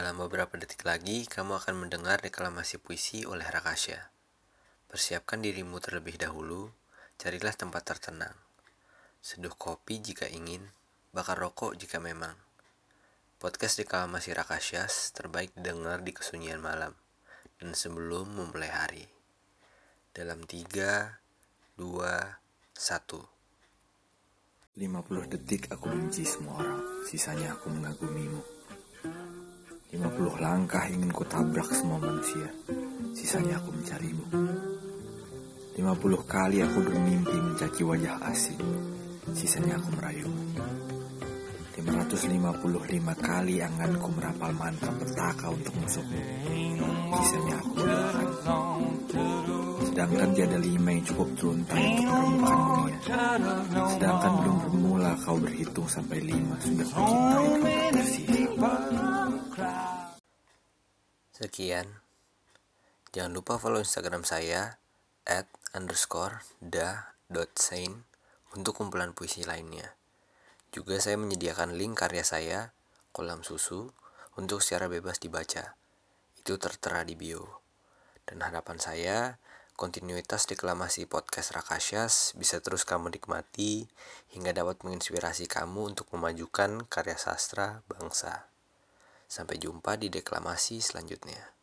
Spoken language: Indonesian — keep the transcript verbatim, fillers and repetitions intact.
Dalam beberapa detik lagi, kamu akan mendengar deklamasi puisi oleh Rakasya. Persiapkan dirimu terlebih dahulu, carilah tempat tertenang. Seduh kopi jika ingin, bakar rokok jika memang. Podcast deklamasi Rakasya terbaik didengar di kesunyian malam, dan sebelum memulai hari. Dalam tiga, dua, satu. lima puluh detik aku benci semua orang, sisanya aku mengagumimu. lima puluh langkah ingin ku tabrak semua manusia, sisanya aku mencarimu. lima puluh kali aku bermimpi mencaci wajah asing, sisanya aku merayumu. lima ratus lima puluh lima kali anganku merapal mantra petaka untuk musuhmu, sisanya aku mendoakan. Sedangkan tiada lima yang cukup teruntai untuk meremukan dunia. Sedangkan belum bermula kau berhitung sampai lima, sudah kucintai kau tersisa. Sekian. Jangan lupa follow Instagram saya at underscore da dot sain untuk kumpulan puisi lainnya. Juga saya menyediakan link karya saya, Kolam Susu, untuk secara bebas dibaca. Itu tertera di bio. Dan harapan saya, kontinuitas deklamasi podcast Rakasyas bisa terus kamu nikmati hingga dapat menginspirasi kamu untuk memajukan karya sastra bangsa. Sampai jumpa di deklamasi selanjutnya.